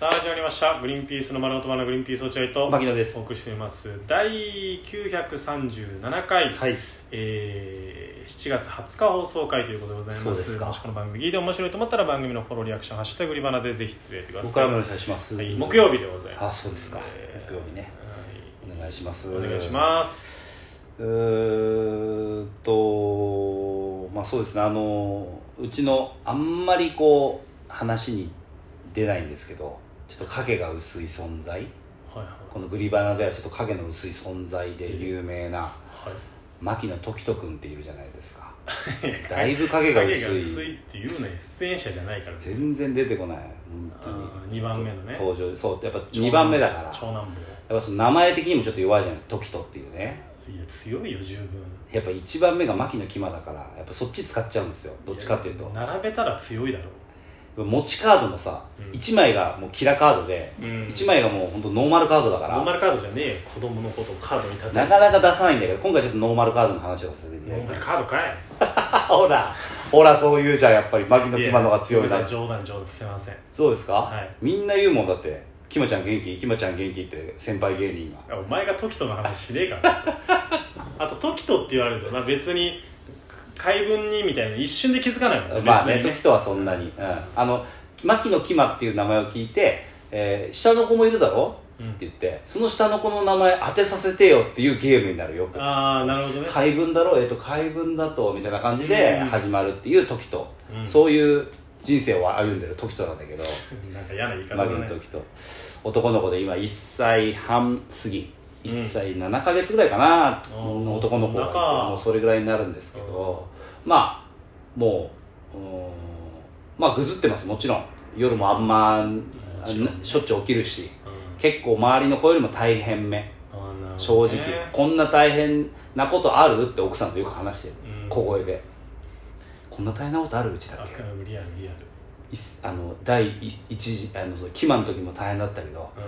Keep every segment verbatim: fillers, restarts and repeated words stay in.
さあ始まりましたグリーンピースの丸言葉のグリーンピース落合と牧野です。 お送りしていますだいきゅうひゃくさんじゅうななかい、 はい、 えー、しちがつはつか放送回ということでございます。 そうですか。 もしこの番組聞いて面白いと思ったら番組のフォローリアクションハッシュタグリバナでぜひつぶやいてください。 僕からもお願いします。 はい、木曜日でございます。 あ、そうですか、えー、木曜日ね、はい、お願いします。 お願いします。 うーっとまあそうですね、あのうちのあんまりこう話に出ないんですけど、ちょっと影が薄い存在、はいはい、このグリバナではちょっと影の薄い存在で有名な、はい、牧野時人君っているじゃないですか。だいぶ影が薄い影が薄いっていうね、出演者じゃないから全然出てこない、本当に。 にばんめのね登場、そうやっぱにばんめだから、 長男坊、やっぱその名前的にもちょっと弱いじゃないですか、時人っていうね。 いや強いよ十分。 やっぱいちばんめが牧野木馬だから、やっぱそっち使っちゃうんですよ、どっちかっていうと。 並べたら強いだろう。 持ちカードのさ、うん、いちまいがもうキラカードで、うん、いちまいがもう本当ノーマルカードだから。 ノーマルカードじゃねえよ、子供のことをカードに立てなかなか出さないんだけど、今回ちょっとノーマルカードの話をさせていただいて。 ノーマルカードかいほらほら、そう言うじゃん、やっぱり牧野木馬の方が強いな。 冗談冗談、すいません。 そうですか、 はい、 みんな言うもんだって、きまちゃん元気、きまちゃん元気って先輩芸人が。 お前が時人の話しねえからさあと時人って言われるとな、別に回文にみたいな一瞬で気づかないもんね。 まあね、時人はそんなに、うん、あの牧野木馬っていう名前を聞いて、えー、下の子もいるだろ、うん、って言って、その下の子の名前当てさせてよっていうゲームになるよ。 ああ、なるほどね。 回文だろ、えっ、ー、と回文だとみたいな感じで始まるっていう時と、うん、そういう人生を歩んでる時となんだけどなんか嫌な言い方だね。 牧野時と男の子で今いっさいはん過ぎ、いっさいななかげつぐらいかな、うん、男の子がいて、もうそれぐらいになるんですけど、まあもう、うん、まあぐずってます。もちろん夜もあんま、うん、しょっちゅう起きるし、うん、結構周りの子よりも大変め、正直こんな大変なことあるって奥さんとよく話してる、うん、小声で。こんな大変なことあるうちだっけ。 リアルリアル。 あの第一次あのキマの時も大変だったけど、うん、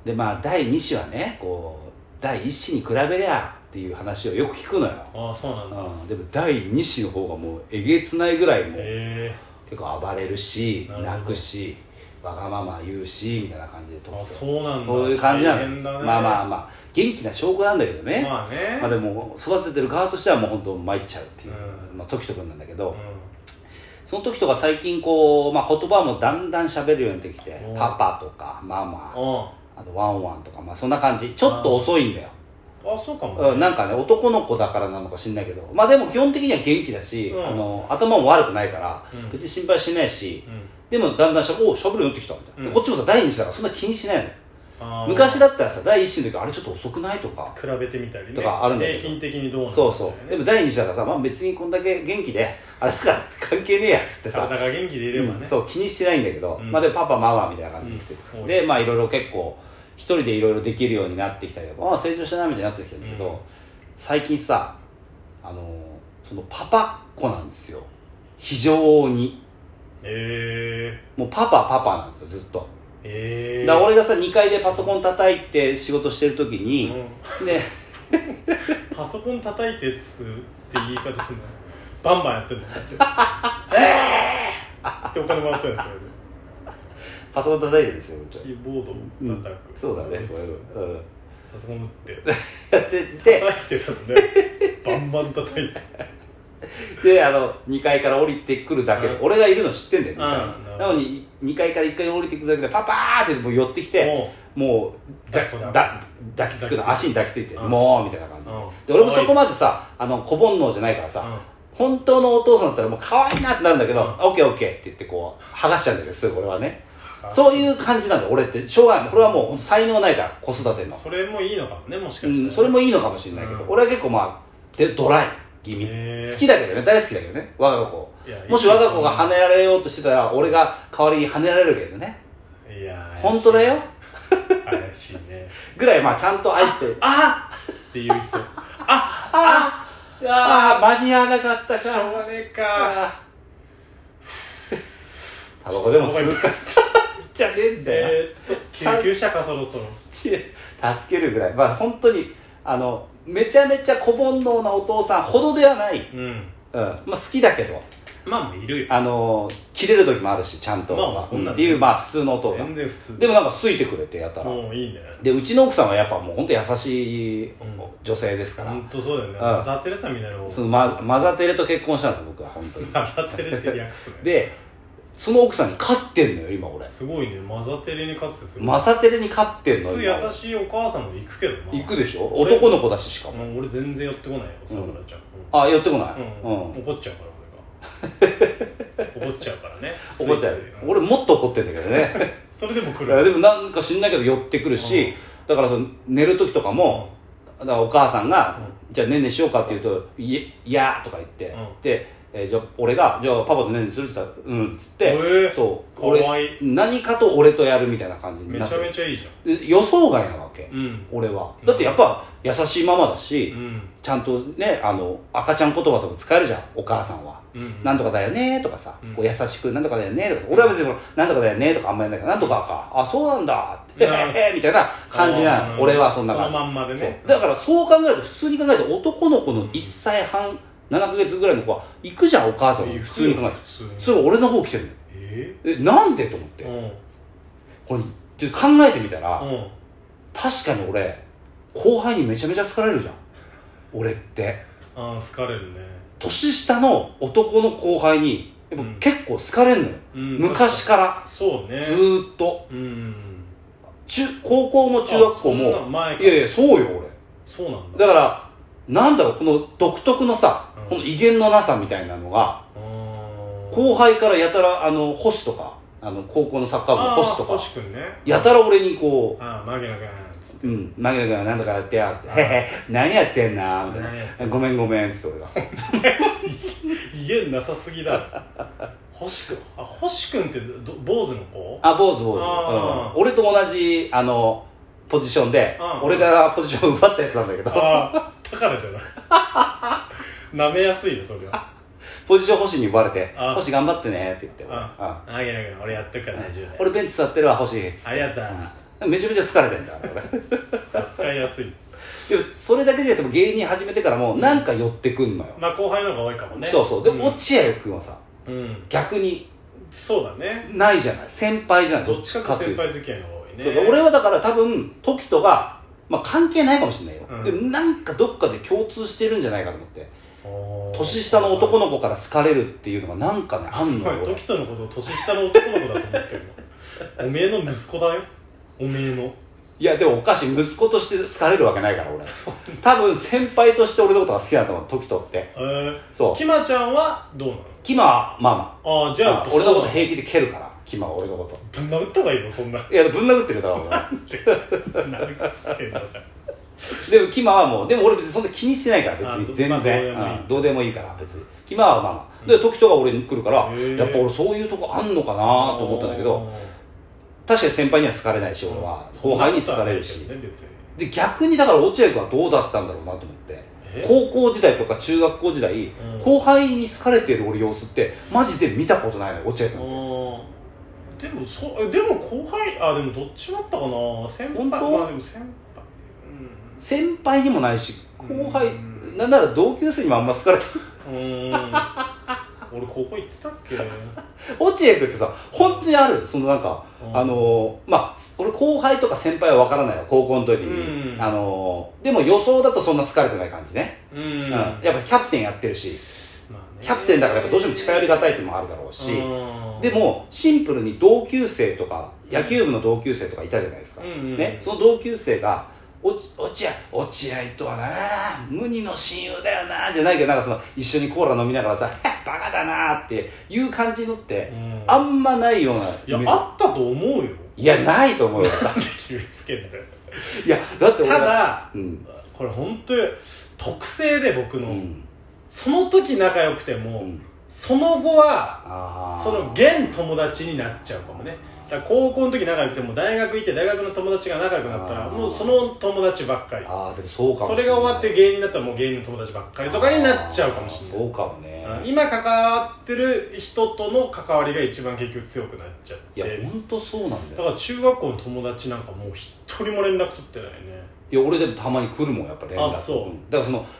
でまあだいに子はね、こうだいいっ子に比べりゃっていう話をよく聞くのよ。 ああ、そうなんだ、 うん、でもだいに子の方がもうえげつないぐらいもう結構暴れるし、泣くし、わがまま言うしみたいな感じで、時と。 あ、そうなんだ。 そういう感じなの、ね、まあまあまあ元気な証拠なんだけどね。 まあね、 まあ、でも育ててる側としてはもう本当参っちゃうっていう、うん、まあ、時とくんなんだけど、うん、その時とか最近こう、まあ、言葉もだんだん喋るようになってきて、パパとかママ、あとワンワンとか、まあそんな感じ。ちょっと遅いんだよ。 あ、そうかも、ね、 うん、なんかね、男の子だからなのか知んないけど、まあでも基本的には元気だし、うん、あの頭も悪くないから、うん、別に心配しないし、うん、でもだんだんしゃおしゃべるようになってきたみたいな、うん、こっちもさ第二子だからそんな気にしないのよ。昔だったらさ、第一子の時あれちょっと遅くないとか比べてみたりねとかあるんだけど、 平均的にどうなんだ、ね、 そうそう。でも第二子だからさ、まあ、別にこんだけ元気であれだから関係ねえやつってさ、 体が元気でいればね、 うん、そう気にしてないんだけど、うん、まあでもパパママみたいな感じで言って、うん、でまあいろいろ結構一人でいろいろできるようになってきたりとか、ああ成長したなみたいになってきてるんだけど、うん、最近さ、あのそのパパっ子なんですよ、非常に。 えー、もうパパパパなんですよずっと。 えー、 だから俺がさにかいでパソコン叩いて仕事してる時に、うん、でパソコン叩いてっつって言い方するのバンバンやってるのってお金もらってるんですよ。 パソコン叩いてるんですよ。 キーボードを叩く、 うん、そうだね、うん、 パソコン打ってやってて叩いてたのねバンバン叩いてで、あのにかいから降りてくるだけで、うん、俺がいるの知ってんだよ、にかい、 うん、 なのににかいからいっかい降りてくるだけでパパーってもう寄ってきて、もうだだ抱きつくの、足に抱きついて、うん、もうみたいな感じ、うん、で俺もそこまでさ、あの小煩悩じゃないからさ、うん、本当のお父さんだったらもう可愛いなってなるんだけど、うん、オッケーオッケーって言ってこう剥がしちゃうんだけど、すぐ俺はね、そういう感じなんだよ俺って。しょうがない、これはもう才能ないから、子育ての。 それもいいのかもね、もしかしたら、 うん、それもいいのかもしれないけど、うん、俺は結構まあでドライ気味、好きだけどね、大好きだけどね、我が子。もし我が子が跳ねられようとしてたら、俺が代わりに跳ねられるけどね。 いや本当だよ怪しいねぐらい、まあちゃんと愛してる。 あっって言う人ああああ間に合わなかったか、 しょうがねえか、 タバコでも吸うかじゃねえんだよ、 えー、っと救急車かそろそろ助けるぐらい、まあ本当にあのめちゃめちゃ小煩悩なお父さんほどではない、 うん、 うん、まあ好きだけど、 まあもういるよ。 あの切れる時もあるしちゃんと、 まあまあそんなっていうまあ普通のお父さん全然普通でもなんか好いてくれてやったらもういいね。 でうちの奥さんはやっぱもう本当優しい女性ですから、 本当そうだよね、 うんマザー・テレサみたいなのそのママザテレと結婚したんですよ僕は本当にマザー・テレって略すねでその奥さんに勝ってんのよ今俺すごいね、マザー・テレに勝つってすごい。 マザテレに勝ってんの普通今優しいお母さんも行くけどな。 行くでしょ俺男の子だししかも、 うん、俺全然寄ってこないよさくらちゃん、 あ寄ってこない、 うんうん怒っちゃうから俺が怒っちゃうからね怒っちゃうついつい俺もっと怒ってんだけどねそれでも来いやる。 でもなんか知んないけど寄ってくるし、 うんだからその寝る時とかも、だからお母さんが、 うじゃあねんねしようかって言うと「いいや」とか言って、 うんで、えーじゃあ俺が「じゃあパパとねんねする?」って言ったら「うん」っつって、 えーそうかわいい俺何かと俺とやるみたいな感じにめちなってゃめちゃいいじゃん。 で予想外なわけ、 うん俺はだってやっぱ優しいママだし、 うんちゃんとねあの赤ちゃん言葉とか使えるじゃんお母さんは、 うんなんとかだよねとかさ、 うんこう優しくなんとかだよねとか、俺は別にこのなんとかだよねとかあんまりやんないからなんとかかあそうなんだってうんへへみたいな感じなの、 うん俺はそんな感じそのまんまでね。 そうだからそう考えると普通に考えて男の子のいっさいはんななかげつぐらいの子は行くじゃんお母さんに普通に考えて普通にそれ俺の方来てるのええなんでと思って、 ー、 これちょっと考えてみたら、 うんうん確かに俺後輩にめちゃめちゃ好かれるじゃん俺ってああ好かれるね。 年下の男の後輩にやっぱ結構好かれんのよ、 うん昔からそうね。 ずーっとうん中高校も中学校あそんなも前かいやいやそうよ俺そうなんだ。 だからなんだろうこの独特のさ、 うんこの威厳のなさみたいなのがうーん後輩からやたらあの星とかあの高校のサッカー部の星とかあー星くんね。 やたら俺にこああマギナがつってう「うんマギナ君なんとかやってや」って「へへ何やってんな」みた何やっていな「ごめんごめん」っつって俺が威厳なさすぎだ。星くんあ星くんってど坊主の子？ あ坊主坊主、 あーうん、俺と同じあのポジションであー俺がポジションを奪ったやつなんだけどああだからじゃない。舐めやすいよそれは。 ポジション星に奪われてあ 「星頑張ってね」って言って俺あああげなきゃ俺やっとくから大丈夫だよ。 俺ベンチ座ってるわ星っつってありがとう。 めちゃめちゃ好かれてんだ俺使いやすい。 でもそれだけじゃなくても芸人始めてからもなんか寄ってくんのよ、 まあ後輩の方が多いかもね。 そうそうで、 ん落合君はさうん逆にそうだね。 ないじゃない先輩じゃないどっちかというと先いうと輩付き合いの方が多いね。 そうで俺はだから多分時とが、まあ、関係ないかもしれないよ、 うんでもなんかどっかで共通してるんじゃないかと思っておー年下の男の子から好かれるっていうのがなんかねあんのお前よ俺時とのことを年下の男の子だと思ってるの。おめえの息子だよ。おめえの。 いやでもおかしい息子として好かれるわけないから俺多分先輩として俺のことが好きだと思う時とってえー、 そうキマちゃんはどうなの？ キマはまあまああじゃああ俺のことぶ平気で蹴るからキマは俺のことん殴った方がいいぞそんな。 いやぶん殴ってるだろ俺殴ってんのか。 でもキマはもうでも俺別にそんな気にしてないから別あに全まあ然、 どうでもいいうんどうでもいいから別にキマはまあまあで時とが俺に来るからへーやっぱ俺そういうとこあんのかなと思ったんだけど確かに先輩には好かれないし俺は後輩に好かれるしそんなことはないけどね別にで逆にだから落合君はどうだったんだろうなと思ってえ高校時代とか中学校時代、 ん後輩に好かれてる俺様子ってマジで見たことないのよ落合君ってあーでもそえでも後輩あでもどっちもあったかな先輩本当まあでも先輩先輩にもないし後輩うんなんなら同級生にもあんま好かれてうんうーん俺高校行ってたっけ？ 落合君ってさ本当にあるそのなんかうんあのー、まあ俺後輩とか先輩は分からないよ高校の時に、 うんあのー、でも予想だとそんな好かれてない感じね、 うん、 うんやっぱキャプテンやってるしまあねキャプテンだからやっぱどうしても近寄りがたいっていうのもあるだろうし、 うんでもシンプルに同級生とか野球部の同級生とかいたじゃないですか、 うんうんね、その同級生が落合落合とはな無二の親友だよなじゃないけどなんかその一緒にコーラ飲みながらさバカだなっていう感じのってうんあんまないような、 いやあったと思うよ。 いやないと思うよなんで決めつけんだよ。 いやだって俺ただうんこれ本当に特性で僕の、 うんその時仲良くても、 うんその後はあーその現友達になっちゃうかもね。だから高校の時仲良くても大学行って大学の友達が仲良くなったらあーもうその友達ばっかり。 あーでもそうかもしそれないれが終わって芸人になったらもう芸人の友達ばっかりとかになっちゃうかもしれない。 そうかもねうん今関わってる人との関わりが一番結局強くなっちゃっていや本当そうなんだよだから中学校の友達なんかもう一人も連絡取ってないね。 いや俺でもたまに来るもんやっぱ連絡あそうんだからその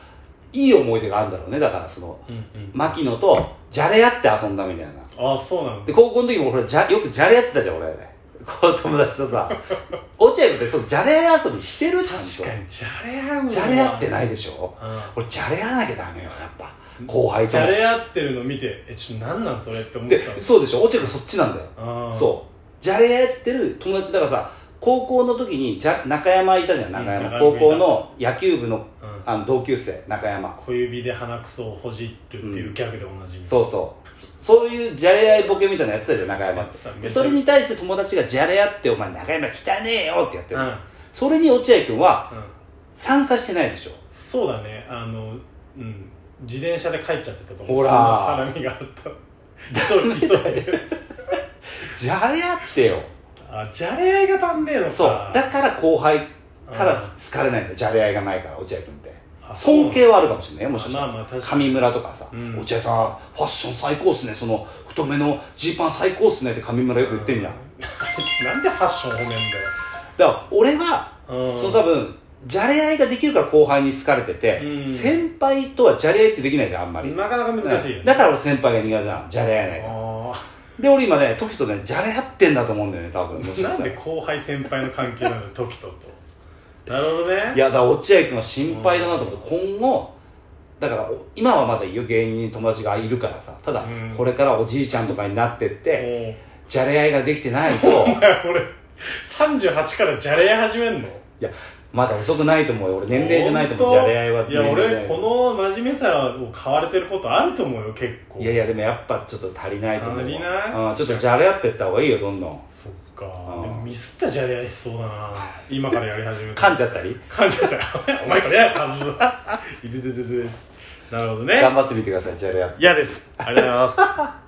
いい思い出があるんだろうね。だからその、 うんうん、 牧野とじゃれ合って遊んだみたいな。 ああそうなんだ。 で高校の時も俺じゃよくじゃれ合ってたじゃん俺ね。こう友達とさ落合君ってそうじゃれ合い遊びしてるちゃんと。 確かにじゃれ合うじゃれ合ってないでしょ、うん、俺じゃれ合わなきゃダメよやっぱ後輩とじゃれ合ってるの見てえちょっと何なんそれって思ってたの。 そうでしょ、落合君そっちなんだよ。そうじゃれ合ってる友達だからさ、高校の時にじゃ中山いたじゃん。中山、うん、高校の野球部の、うん、あの同級生中山、 小指で鼻くそをほじるっていうギャグでおなじみ、うん、 そうそうそういうじゃれ合いボケみたいなのやってたじゃん中山って。それに対して友達がじゃれ合って「お前中山汚ねえよ」ってやってる、うん、それに落合君は参加してないでしょ、うん、 そうだね。あの、うん、自転車で帰っちゃってたと思う。 ほら絡みがあった急いでじゃれ合ってよ。 あじゃれ合いが足んねえのか。 そうだから後輩から好かれないんだよ、じゃれ合いがないから。落合君って尊敬はあるかもしれないよ、もしかしたら、まあまあ、上村とかさ、うん、落合さんファッション最高っすね、その太めのジーパン最高っすねって上村よく言ってんじゃん、 うん、なんでファッション褒めんだよ。 だから俺は、うん、その多分じゃれ合いができるから後輩に好かれてて、うん、先輩とはじゃれ合いってできないじゃんあんまり。 なかなか難しいよ、ね、 だから俺先輩が苦手なの、じゃれ合えないから。で俺今ね時とねじゃれ合ってんだと思うんだよね多分。もしかしたらなんで後輩先輩の関係なの時とと。なるほどね。 いやだから落合君は心配だなと思って、今後だから今はまだいいよ芸人に友達がいるからさ、ただ、うん、これからおじいちゃんとかになってってじゃれ合いができてないとお前俺さんじゅうはちからじゃれ合い始めんの。いやまだ遅くないと思うよ。俺年齢じゃないと思う。じゃれ合いは。 いや俺この真面目さを買われてることあると思うよ結構。 いやいやでもやっぱちょっと足りないと思う。 足りない。 うん、ちょっとじゃれ合っていった方がいいよどんどん。 そっか。でもミスったじゃれ合いしそうだな今からやり始めた。 噛んじゃったり噛んじゃったよお前からや噛むいてててて。なるほどね。 頑張ってみてくださいじゃれ合って。 嫌です。ありがとうございます